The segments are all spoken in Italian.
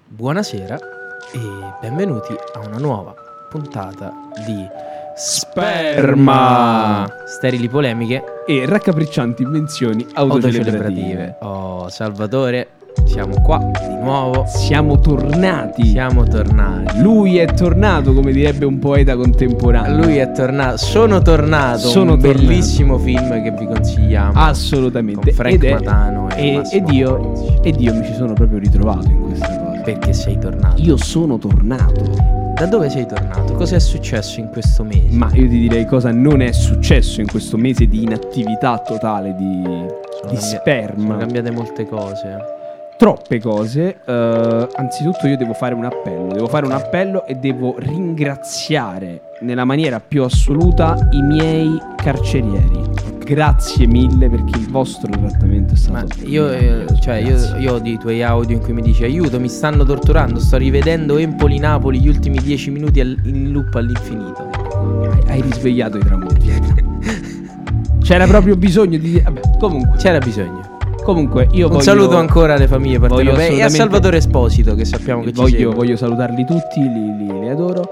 Buonasera e benvenuti a una nuova puntata di Sperma, sterili polemiche e raccapriccianti invenzioni autocelebrative. Oh, Salvatore, siamo qua di nuovo. Siamo tornati. Lui è tornato, come direbbe un poeta contemporaneo. Lui è tornato. Sono tornato. Un bellissimo film che vi consigliamo. Assolutamente. Con Frank Matano ed io mi ci sono proprio ritrovato in questa cosa. Perché sei tornato? Io sono tornato. Da dove sei tornato? Cosa è successo in questo mese? Ma io ti direi cosa non è successo in questo mese di inattività totale di sperma. Sono cambiate molte cose. Troppe cose. Anzitutto io devo fare un appello e devo ringraziare nella maniera più assoluta i miei carcerieri. Grazie mille perché il vostro trattamento è stato io ho dei tuoi audio in cui mi dici: aiuto, mi stanno torturando, sto rivedendo Empoli-Napoli gli ultimi 10 minuti in loop all'infinito. Hai risvegliato i tramonti. C'era proprio bisogno di... Vabbè, comunque c'era bisogno. Comunque io un saluto ancora alle famiglie partenopee e a Salvatore Esposito, che sappiamo che ci segue. Voglio salutarli tutti, li adoro.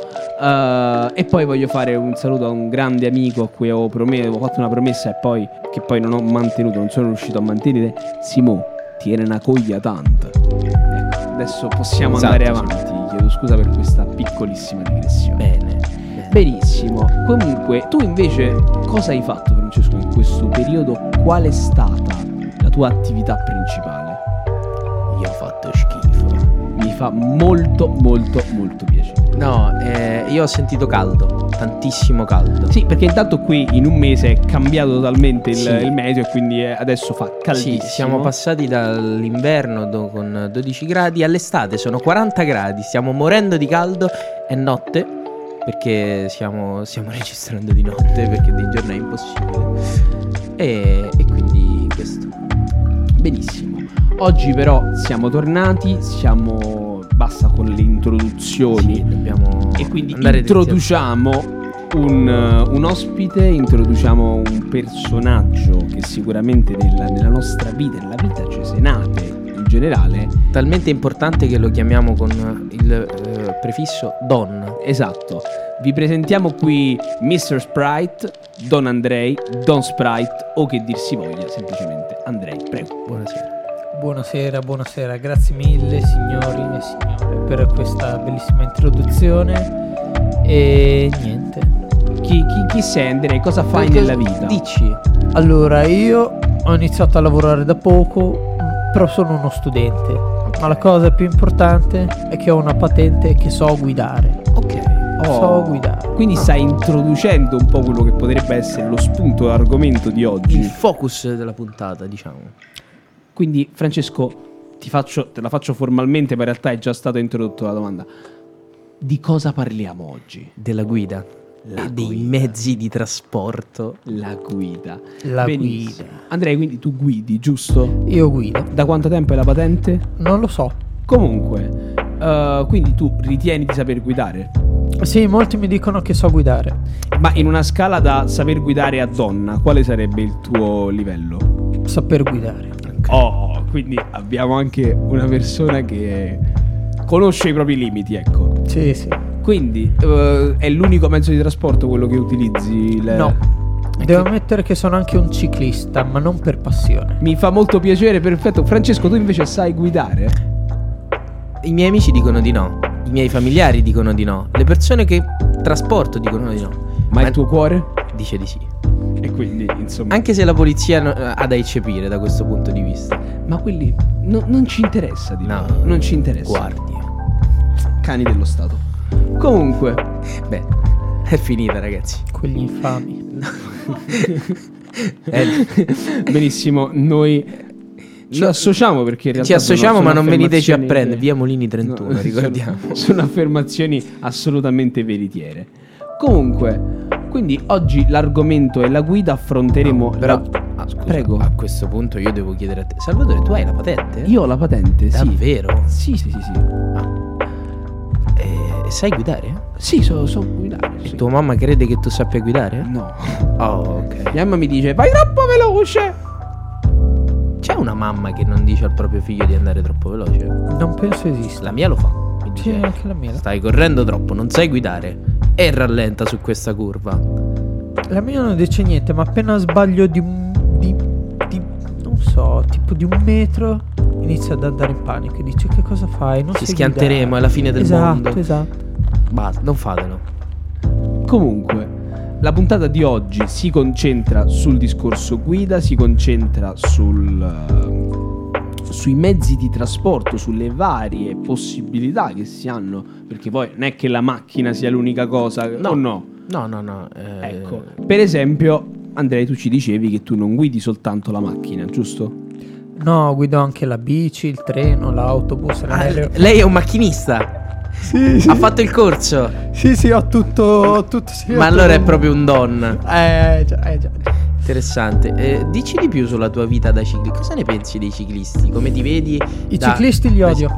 E poi voglio fare un saluto a un grande amico a cui avevo fatto una promessa che poi non ho mantenuto, non sono riuscito a mantenere. Simo, tiene una coglia tanta. Ecco, adesso possiamo andare avanti. Chiedo scusa per questa piccolissima digressione. Bene. Benissimo. Comunque, tu invece cosa hai fatto, Francesco, in questo periodo? Qual è stata la tua attività principale? Io ho fatto schifo. Mi fa molto molto molto piacere. No, io ho sentito caldo, tantissimo caldo. Sì, perché intanto qui in un mese è cambiato totalmente il meteo e quindi adesso fa caldissimo. Sì, siamo passati dall'inverno con 12 gradi all'estate, sono 40 gradi, stiamo morendo di caldo, è notte perché stiamo registrando di notte perché di giorno è impossibile. E quindi questo. Benissimo. Oggi però siamo tornati, basta con le introduzioni. Sì, dobbiamo e quindi introduciamo un ospite, introduciamo un personaggio che sicuramente nella nostra vita, nella vita cesenate in generale, talmente importante che lo chiamiamo con il prefisso Don. Esatto. Vi presentiamo qui Mr. Sprite, Don Andrei, Don Sprite o che dir si voglia, semplicemente Andrei. Prego. Buonasera, grazie mille signori e signore per questa bellissima introduzione. E niente. Chi sei, Andrei? Cosa fai nella vita? Dici. Allora, io ho iniziato a lavorare da poco, però sono uno studente. Okay. Ma la cosa più importante è che ho una patente e che so guidare. Ok. So guidare. Quindi stai introducendo un po' quello che potrebbe essere lo spunto, l'argomento di oggi. Il focus della puntata, diciamo. Quindi, Francesco, te la faccio formalmente, ma in realtà è già stata introdotta la domanda. Di cosa parliamo oggi? Della guida. Dei mezzi di trasporto. La guida. Guida. Andrei, quindi tu guidi, giusto? Io guido. Da quanto tempo hai la patente? Non lo so. Comunque, quindi tu ritieni di saper guidare? Sì, molti mi dicono che so guidare. Ma in una scala da saper guidare a donna, quale sarebbe il tuo livello? Saper guidare. Oh, quindi abbiamo anche una persona che conosce i propri limiti, ecco. Sì. Quindi è l'unico mezzo di trasporto quello che utilizzi? No. Devo ammettere che sono anche un ciclista, ma non per passione. Mi fa molto piacere, perfetto. Francesco, tu invece sai guidare? I miei amici dicono di no. I miei familiari dicono di no. Le persone che trasporto dicono di no. Ma il tuo cuore? Dice di sì. E quindi, insomma, anche se la polizia ha da eccepire da questo punto di vista. Ma quelli non ci interessa di no. Non ci interessa. Guardia. Cani dello Stato. Comunque, beh, è finita, ragazzi. Quegli infami. Benissimo, noi ci associamo perché in realtà ci associamo, ma non veniteci a prendere. Via Molini 31, no, ricordiamo. Sono affermazioni assolutamente veritiere. Comunque, quindi oggi l'argomento è la guida, affronteremo. No, però scusa, prego. A questo punto io devo chiedere a te, Salvatore, tu hai la patente? Io ho la patente, sì. Davvero? Sì. Sai guidare? Sì, so guidare. E tua mamma crede che tu sappia guidare? No. Oh, ok. Mia mamma mi dice: vai troppo veloce. C'è una mamma che non dice al proprio figlio di andare troppo veloce? Non penso esista. La mia lo fa. Mi Sì, dice, anche la mia. stai correndo troppo, non sai guidare. E rallenta su questa curva. La mia non dice niente, ma appena sbaglio di non so, tipo di 1 metro, inizia ad andare in panico e dice: che cosa fai? Non Ci sai schianteremo, guidare." è la fine del mondo. Esatto. Basta, non fatelo. Comunque, la puntata di oggi si concentra sul discorso guida, si concentra sui mezzi di trasporto, sulle varie possibilità che si hanno, perché poi non è che la macchina sia l'unica cosa, No. o no? No. Ecco, per esempio, Andrea, tu ci dicevi che tu non guidi soltanto la macchina, giusto? No, guido anche la bici, il treno, l'autobus, l'aereo. Lei è un macchinista. Sì, Ha fatto il corso. Sì, ho tutto sì, Ma allora è proprio un don. Già. Interessante. Dici di più sulla tua vita da ciclista. Cosa ne pensi dei ciclisti? Come ti vedi? I ciclisti li odio.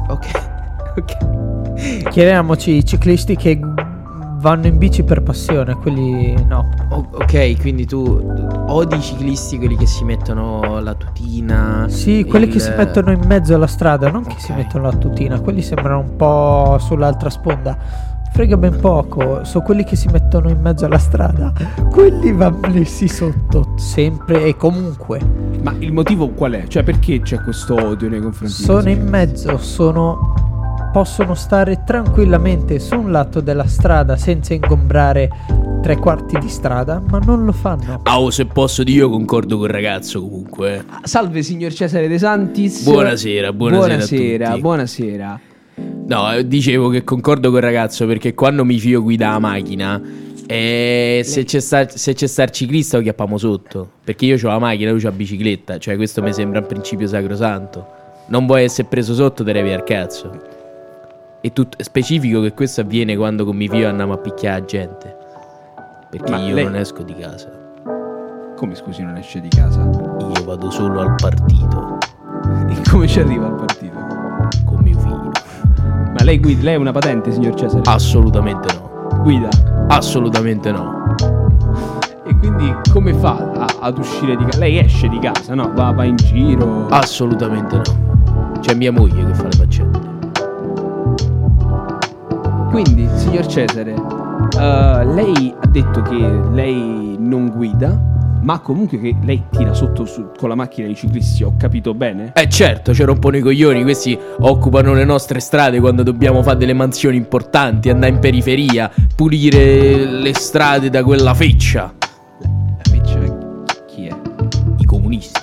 Ok. Chiariamoci, i ciclisti che vanno in bici per passione, quelli no. Ok, quindi tu odi i ciclisti, quelli che si mettono la tutina. Sì, quelli che si mettono in mezzo alla strada, non che si Ok. mettono la tutina, quelli sembrano un po' sull'altra sponda. Frega ben poco, sono quelli che si mettono in mezzo alla strada. Quelli vanno messi sotto, sempre e comunque. Ma il motivo qual è? Cioè, perché c'è questo odio nei confronti di Sono questi in mezzo, possono stare tranquillamente su un lato della strada senza ingombrare 3/4 di strada, ma non lo fanno. Se posso dire, io concordo col ragazzo comunque. Salve signor Cesare De Santis. Buonasera a tutti. Buonasera. No, dicevo che concordo col ragazzo perché quando mi fio guida la macchina se c'è sta il ciclista lo chiappiamo sotto. Perché io ho la macchina, lui c'ha la bicicletta. Cioè questo mi sembra un principio sacrosanto. Non vuoi essere preso sotto, te levi al cazzo. E specifico che questo avviene quando con mio figlio andiamo a picchiare la gente. Perché Ma io lei- non esco di casa. Come scusi, non esce di casa? Io vado solo al partito E come ci arriva al partito? con mio figlio. Ma lei guida, lei è una patente, signor Cesare? Assolutamente no. Guida. Assolutamente no. E quindi come fa ad uscire di casa? Lei esce di casa, no? Va in giro. Assolutamente no. C'è mia moglie che fa le faccende. Quindi, signor Cesare, lei ha detto che lei non guida, ma comunque che lei tira sotto con la macchina i ciclisti, ho capito bene? Certo, ci rompono i coglioni. Questi occupano le nostre strade quando dobbiamo fare delle mansioni importanti, andare in periferia, pulire le strade da quella feccia. La feccia chi è? I comunisti.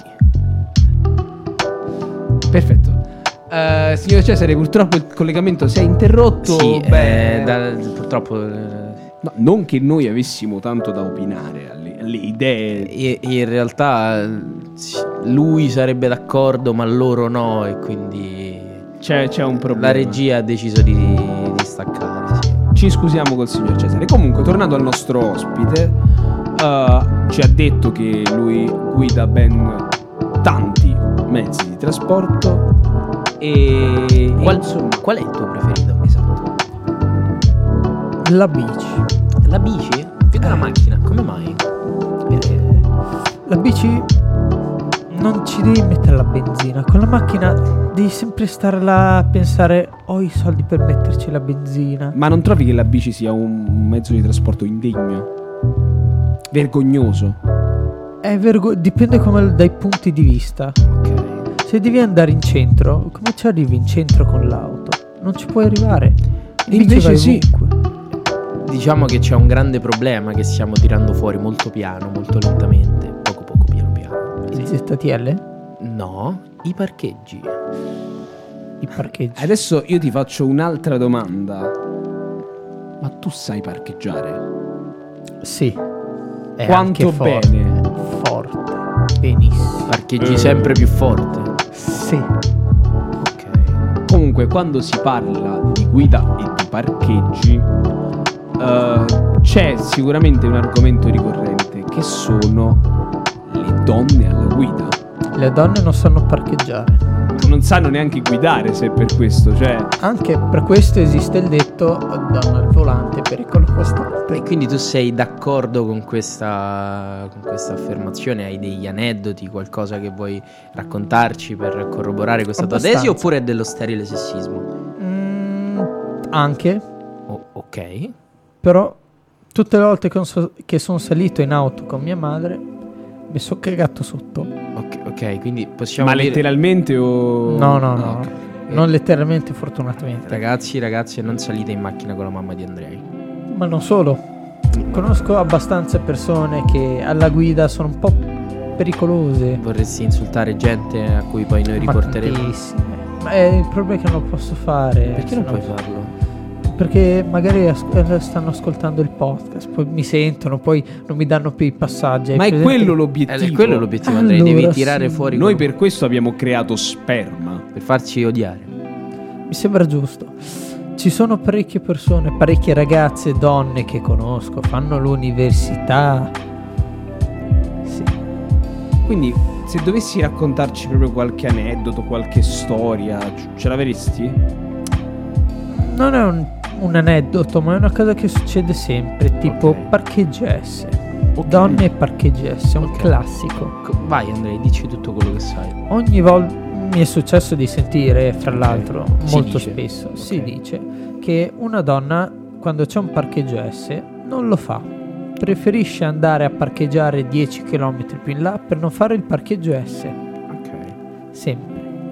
Perfetto. Signor Cesare, purtroppo il collegamento si è interrotto. Sì, Beh, purtroppo no, non che noi avessimo tanto da opinare alle idee. in realtà lui sarebbe d'accordo, ma loro no, e quindi C'è un problema. la regia ha deciso di staccare. Sì. Ci scusiamo col signor Cesare. Comunque, tornando al nostro ospite, ci ha detto che lui guida ben tanti mezzi di trasporto e insomma, Qual è il tuo preferito? esatto. La bici. La bici? Più che la macchina, come mai? Perché? La bici non ci devi mettere la benzina. Con la macchina devi sempre stare là a pensare: ho i soldi per metterci la benzina. Ma non trovi che la bici sia un mezzo di trasporto indegno? Vergognoso? Dipende dai punti di vista. Ok. Se devi andare in centro, come ci arrivi in centro con l'auto? Non ci puoi arrivare. In bici Invece vai sì. ovunque. Diciamo che c'è un grande problema che stiamo tirando fuori molto piano, molto lentamente, poco piano piano. Il ZTL? No, i parcheggi. I parcheggi. Adesso io ti faccio un'altra domanda. Ma tu sai parcheggiare? Sì. È Quanto anche forte. bene? Forte. Benissimo. Parcheggi sempre più forte. Sì. Ok. Comunque, quando si parla di guida e di parcheggi, c'è sicuramente un argomento ricorrente, che sono le donne alla guida. Le donne non sanno parcheggiare. Non non sanno neanche guidare, se è per questo, cioè. Anche per questo esiste il detto donna al volante, pericolo costante. E quindi tu sei d'accordo con questa affermazione? Hai degli aneddoti, qualcosa che vuoi raccontarci per corroborare questa tua tesi, oppure è dello sterile sessismo? Anche. Ok. Però tutte le volte che sono salito in auto con mia madre mi sono cagato sotto. Ok, quindi possiamo Ma dire... letteralmente o... No, okay. Non letteralmente, fortunatamente. Ragazzi, non salite in macchina con la mamma di Andrei. Ma non solo. Conosco abbastanza persone che alla guida sono un po' pericolose. Vorresti insultare gente a cui poi noi riporteremo? Tantissime. Ma il problema è che non lo posso fare. Perché non puoi farlo? Perché magari stanno ascoltando il podcast, poi mi sentono, poi non mi danno più i passaggi. Ma è quello l'obiettivo. È quello l'obiettivo, Andrei. Allora, devi tirare sì. fuori. Noi per questo abbiamo creato Sperma. Per farci odiare. Mi sembra giusto. Ci sono parecchie persone, parecchie ragazze, donne che conosco, fanno l'università. Sì. Quindi, se dovessi raccontarci proprio qualche aneddoto, qualche storia, ce l'avresti? Non è un aneddoto, ma è una cosa che succede sempre, tipo Ok. parcheggi S. Ok. Donne e parcheggi S, è un Ok. classico. Vai Andrei, dici tutto quello che sai. Ogni volta mi è successo di sentire, fra l'altro, Si molto dice. spesso, Ok. si dice che una donna, quando c'è un parcheggio S, non lo fa. Preferisce andare a parcheggiare 10 km più in là per non fare il parcheggio S. Ok. Sempre.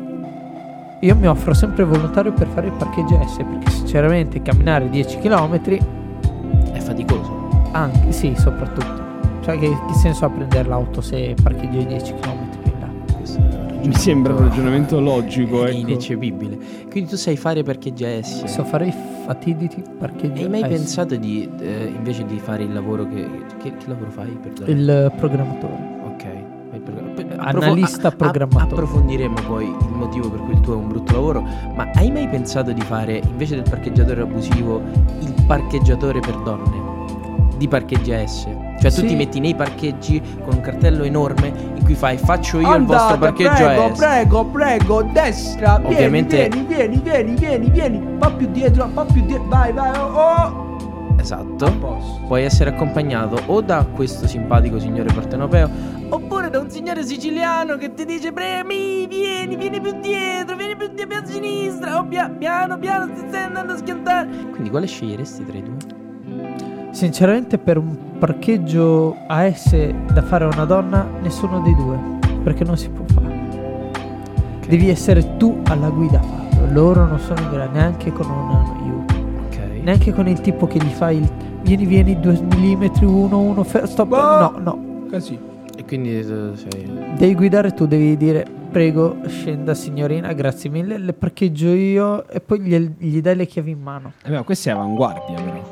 Io mi offro sempre volontario per fare il parcheggio S, perché sinceramente camminare 10 km, È faticoso. anche, sì, soprattutto. Cioè che senso ha prendere l'auto se parcheggi 10 km più in là? Questo è un ragionamento- Mi sembra un ragionamento logico, è ecco. ineccepibile. Quindi tu sai fare parcheggi S. So fare i fatidici parcheggi Hai mai S. pensato di invece di fare il lavoro che lavoro fai? Perdono? Il programmatore. Ok. Fai il Analista programmatore. Approfondiremo poi il motivo per cui il tuo è un brutto lavoro. Ma hai mai pensato di fare invece del parcheggiatore abusivo il parcheggiatore per donne? Di parcheggi S? Cioè tu Sì. ti metti nei parcheggi con un cartello enorme in cui fai faccio io il vostro parcheggio S. prego, destra, Ovviamente- vieni, un po' più dietro, vai, oh. Esatto. Puoi essere accompagnato o da questo simpatico signore partenopeo, oppure da un signore siciliano che ti dice premi, vieni più dietro, più a sinistra, o piano, ti stai andando a schiantare. Quindi quale sceglieresti tra i due? Sinceramente per un parcheggio AS da fare a una donna, nessuno dei due, perché non si può fare. Devi essere tu alla guida a farlo. Loro non sono in grado neanche con un aiuto, Ok. neanche con il tipo che gli fai il vieni 2 mm, uno stop. No. Così. E quindi sei... Devi guidare tu, devi dire prego scenda signorina, grazie mille, le parcheggio io e poi gli dai le chiavi in mano. Ma questa è avanguardia, però.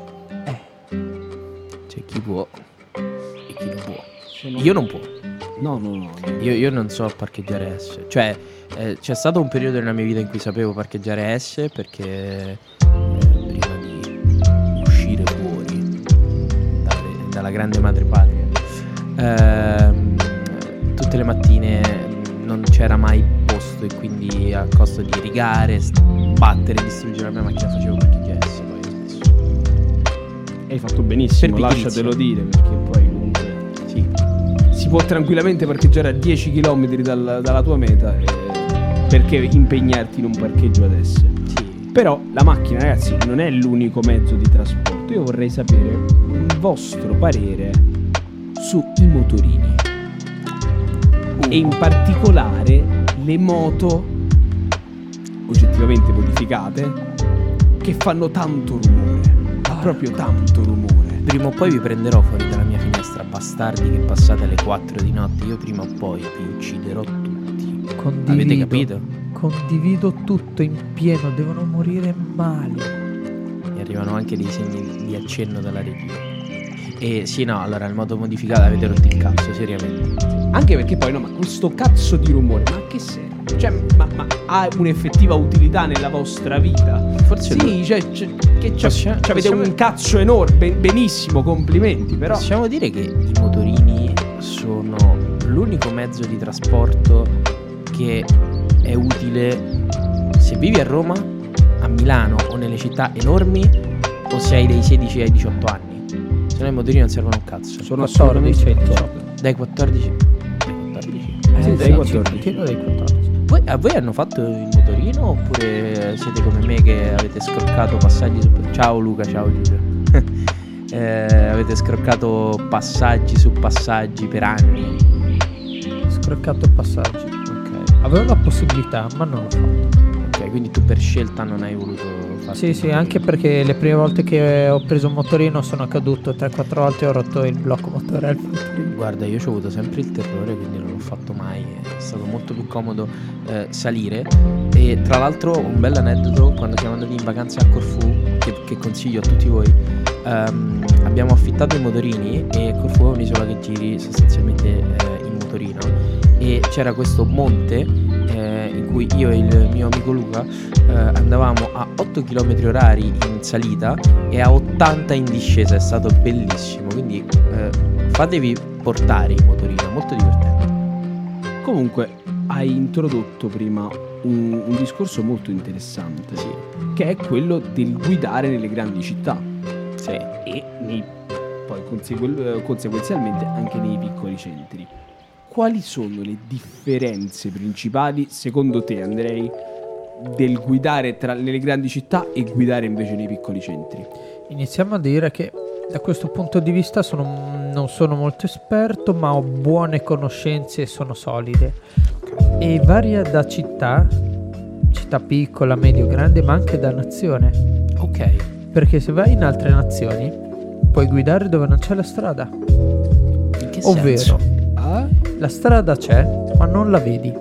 C'è chi può e chi non può. Io non può. No. Io non so parcheggiare S. Cioè, c'è stato un periodo nella mia vita in cui sapevo parcheggiare S perché prima di uscire fuori dalla grande madre patria, tutte le mattine non c'era mai posto e quindi a costo di rigare, battere, distruggere la mia macchina facevo parcheggiare S. Poi ho smesso. Hai fatto benissimo, Per lasciatelo dire, perché poi comunque Sì. si può tranquillamente parcheggiare a 10 km dalla tua meta, perché impegnarti in un parcheggio adesso. Sì. Però la macchina, ragazzi, non è l'unico mezzo di trasporto. Io vorrei sapere il vostro parere sui motorini e in particolare le moto oggettivamente modificate che fanno tanto rumore, ma proprio tanto rumore. Prima o poi vi prenderò fuori dalla mia finestra, bastardi che passate alle 4 di notte. Io prima o poi vi ucciderò tutti. Avete capito? Condivido tutto in pieno, devono morire male. E arrivano anche dei segni di accenno dalla regia. E sì, no, allora il modo modificato avete rotto il cazzo, seriamente. Anche perché poi no, ma questo cazzo di rumore, ma a che serve? Cioè, ma ha un'effettiva utilità nella vostra vita? Forse Sì, cioè, Possiamo- avete possiamo- un cazzo enorme, benissimo, complimenti, però possiamo dire che i motorini sono l'unico mezzo di trasporto che è utile se vivi a Roma, a Milano o nelle città enormi, o se hai dai 16 ai 18 anni. Se no i motorini non servono un cazzo. Sono 14 e 18. Dai 14. Dai 14. Sì, dai 14. Dai 14. A voi hanno fatto il motorino oppure siete come me che avete scroccato passaggi su... Ciao Luca, ciao Giulio. Avete scroccato passaggi su passaggi per anni? Scroccato passaggi. Ok. Avevo la possibilità, ma non l'ho fatto. Ok, quindi tu per scelta non hai voluto fare. Sì, anche perché le prime volte che ho preso un motorino sono caduto 3-4 volte e ho rotto il blocco motore al motorino. Guarda, io ho avuto sempre il terrore, quindi non l'ho fatto mai. È stato molto più comodo salire. E tra l'altro un bel aneddoto, quando siamo andati in vacanza a Corfù, che consiglio a tutti voi, abbiamo affittato i motorini e Corfù è un'isola che giri sostanzialmente in motorino, e c'era questo monte in cui io e il mio amico Luca andavamo a 8 km orari in salita e a 80 in discesa. È stato bellissimo, quindi fatevi portare in motorino, molto divertente. Comunque hai introdotto prima un discorso molto interessante, Sì. che è quello del guidare nelle grandi città Sì. e poi conseguenzialmente anche nei piccoli centri. Quali sono le differenze principali, secondo te, Andrei, del guidare nelle grandi città e guidare invece nei piccoli centri? Iniziamo a dire che da questo punto di vista non sono molto esperto, ma ho buone conoscenze e sono solide. E varia da città piccola, medio, grande, ma anche da nazione. Ok. Perché se vai in altre nazioni puoi guidare dove non c'è la strada. In che Ovvero, senso? la strada c'è, ma non la vedi.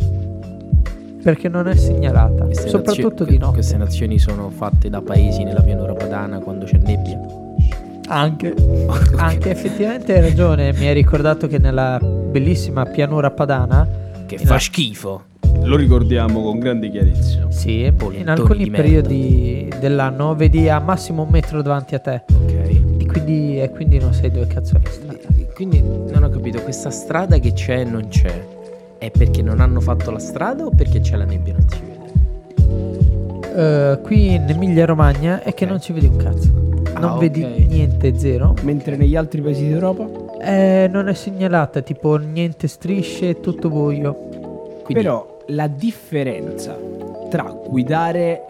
Perché non è segnalata, Queste soprattutto nazio- di notte. Queste nazioni sono fatte da paesi nella pianura padana quando c'è nebbia. Anche effettivamente hai ragione. Mi hai ricordato che nella bellissima pianura padana, Che In fa al- schifo. Lo ricordiamo con grande chiarezza. sì, in Polentoni alcuni di merda. periodi dell'anno vedi a massimo un metro davanti a te. Ok. E quindi non sai dove cazzo è la strada. Quindi non ho capito, questa strada che c'è e non c'è è perché non hanno fatto la strada o perché c'è la nebbia e non si vede? Qui in Emilia Romagna è che non ci vedi un cazzo. Non Ah, vedi ok. niente, zero. Mentre negli altri paesi d'Europa? Non è segnalata, tipo niente strisce, tutto buio. Quindi, Però la differenza tra guidare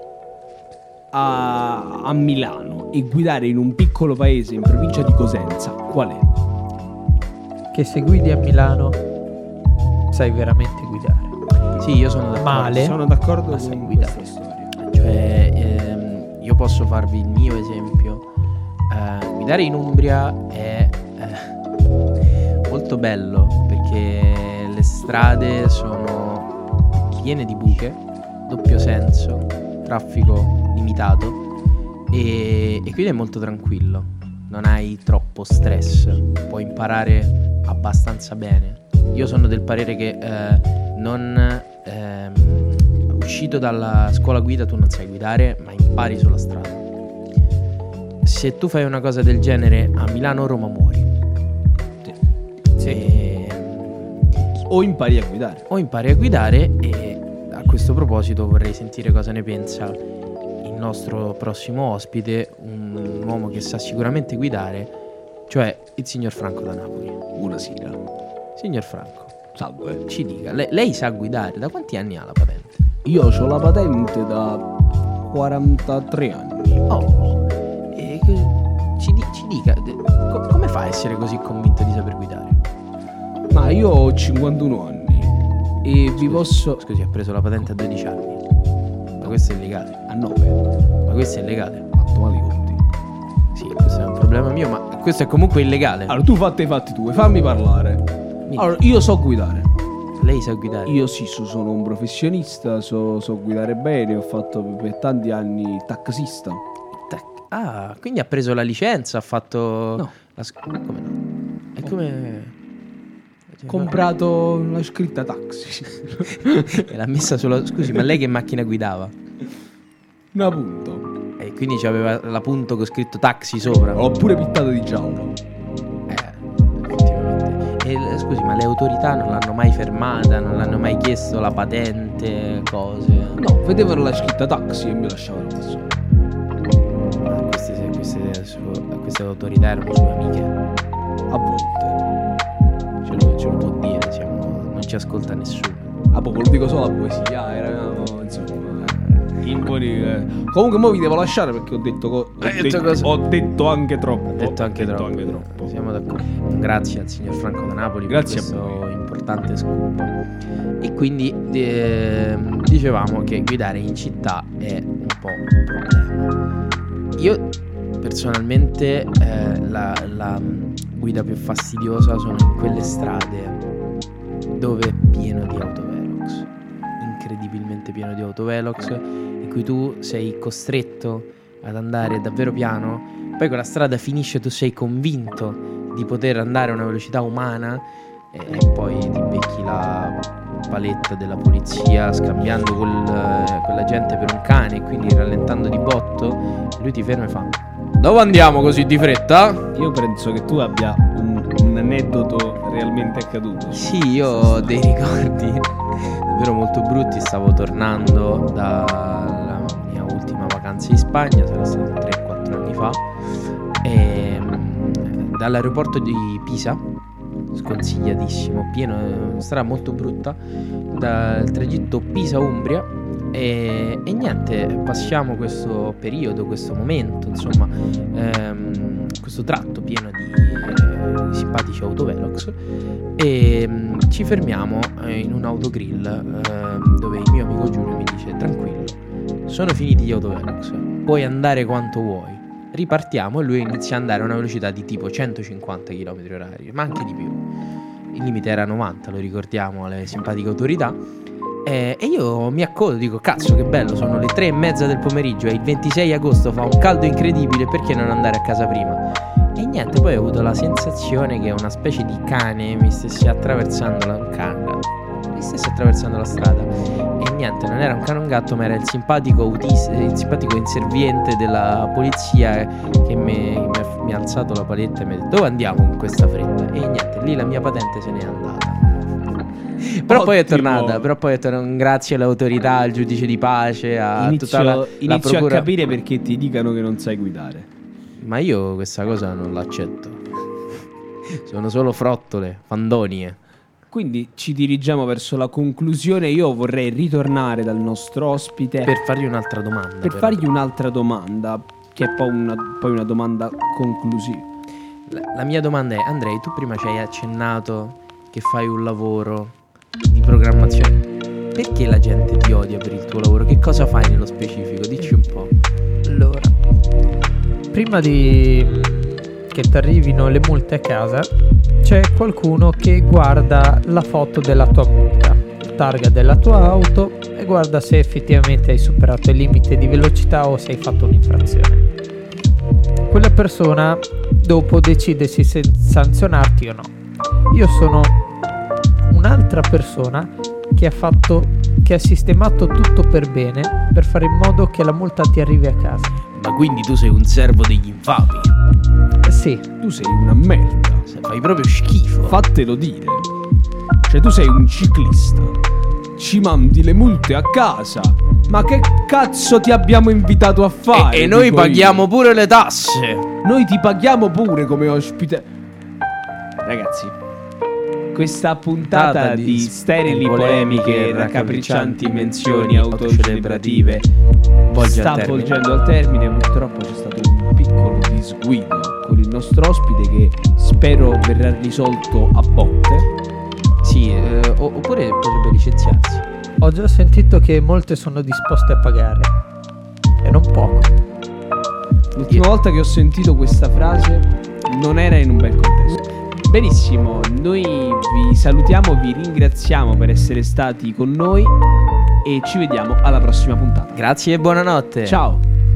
a Milano e guidare in un piccolo paese in provincia di Cosenza qual è? Che se guidi a Milano sai veramente guidare. sì, io sono d'accordo. Male. Sono d'accordo Ma sai con guidare. questa storia. Cioè, io posso farvi il mio esempio. Guidare in Umbria è molto bello perché le strade sono piene di buche, doppio senso, traffico limitato e quindi è molto tranquillo. Non hai troppo stress, puoi imparare abbastanza bene. Io sono del parere che uscito dalla scuola guida tu non sai guidare, ma impari sulla strada. Se tu fai una cosa del genere a Milano o Roma muori. O impari a guidare. O impari a guidare. E a questo proposito vorrei sentire cosa ne pensa il nostro prossimo ospite, un uomo che sa sicuramente guidare, cioè il signor Franco da Napoli. Buonasera. Signor Franco, Salve. ci dica, lei sa guidare? Da quanti anni ha la patente? Io ho la patente da 43 anni. Oh, ci dica, come fa a essere così convinto di saper guidare? Ma io ho 51 anni e vi posso... Scusi, ha preso la patente a 12 anni. Ma questo è illegale. A 9. Ma questo è illegale. Fatto male i conti. Sì, questo è un problema mio, ma questo è comunque illegale. Allora, tu fatti i fatti tuoi, fammi parlare. Allora, io so guidare. Lei sa guidare? Io sì, sono un professionista, so guidare bene, ho fatto per tanti anni il taxista. Ah, quindi ha preso la licenza, ha fatto... No. Come no? È come... Comprato una scritta taxi. E l'ha messa sulla... Scusi, ma lei che macchina guidava? Un appunto. E quindi c'aveva l'appunto con scritto taxi sopra. L'ho pure pittato di giallo. Effettivamente. scusi, ma le autorità non l'hanno mai fermata, non l'hanno mai chiesto la patente, cose? No, vedevano la scritta taxi e mi lasciavano passare. Ma queste autorità erano sue amiche. A volte. Ce lo può dire, non ci ascolta nessuno. Ah, poi lo dico solo a poesia, eravamo, insomma. Comunque mo vi devo lasciare perché ho detto anche troppo. Siamo d'accordo. Grazie al signor Franco da Napoli. Grazie per questo a voi. importante scoop. E quindi dicevamo che guidare in città è un po' un problema. Io personalmente la guida più fastidiosa sono in quelle strade dove è pieno di autovelox, incredibilmente pieno di autovelox, in cui tu sei costretto ad andare davvero piano, poi quella strada finisce, tu sei convinto di poter andare a una velocità umana e poi ti becchi la paletta della polizia scambiando quella gente per un cane e quindi rallentando di botto, e lui ti ferma e fa: dove andiamo così di fretta? Io penso che tu abbia un aneddoto realmente accaduto. Sì, io ho dei ricordi davvero molto brutti. Stavo tornando dalla mia ultima vacanza in Spagna, sarà stato 3-4 anni fa, e dall'aeroporto di Pisa, sconsigliatissimo, pieno, strada molto brutta, dal tragitto Pisa-Umbria, e niente, passiamo questo periodo, questo momento, insomma, questo tratto pieno di simpatici autovelox, e ci fermiamo in un autogrill dove il mio amico Giulio mi dice: tranquillo, sono finiti gli autovelox, puoi andare quanto vuoi. Ripartiamo, e lui inizia ad andare a una velocità di tipo 150 km/h, ma anche di più. Il limite era 90, lo ricordiamo alle simpatiche autorità. E io mi accodo, dico: cazzo, che bello, sono le 3:30 del pomeriggio, è il 26 agosto, fa un caldo incredibile, perché non andare a casa prima? E niente, poi ho avuto la sensazione che una specie di cane mi stesse attraversando la strada. E niente, non era un cane o un gatto, ma era il simpatico inserviente della polizia che mi ha alzato la paletta e mi ha detto: dove andiamo con questa fretta? E niente, lì la mia patente se n'è andata. Però poi è tornata, grazie alle autorità, al giudice di pace, tutta la procura. A capire perché ti dicano che non sai guidare. Ma io questa cosa non l'accetto. Sono solo frottole, fandonie. Quindi ci dirigiamo verso la conclusione. Io vorrei ritornare dal nostro ospite per fargli un'altra domanda. Fargli un'altra domanda, che è poi una domanda conclusiva. La mia domanda è: Andrei, tu prima ci hai accennato che fai un lavoro di programmazione. Perché la gente ti odia per il tuo lavoro? Che cosa fai nello specifico? Dici un po'. Allora, prima che ti arrivino le multe a casa, c'è qualcuno che guarda la foto della tua multa, targa della tua auto, e guarda se effettivamente hai superato il limite di velocità o se hai fatto un'infrazione. Quella persona dopo decide se sanzionarti o no. Io sono un'altra persona che ha sistemato tutto per bene, per fare in modo che la multa ti arrivi a casa. Ma quindi tu sei un servo degli infami? Sì. Tu sei una merda. Fai proprio schifo. Fatelo dire. Cioè, tu sei un ciclista, ci mandi le multe a casa. Ma che cazzo ti abbiamo invitato a fare? E noi paghiamo pure le tasse. Noi ti paghiamo pure come ospite. Ragazzi, questa puntata di sterili polemiche e raccapriccianti menzioni autocelebrative sta volgendo al termine. Purtroppo c'è stato un piccolo disguido con il nostro ospite che spero verrà risolto a botte. Sì, oppure potrebbe licenziarsi. Ho già sentito che molte sono disposte a pagare, e non poco. L'ultima volta che ho sentito questa frase non era in un bel contesto. Benissimo, noi vi salutiamo, vi ringraziamo per essere stati con noi e ci vediamo alla prossima puntata. Grazie e buonanotte. Ciao.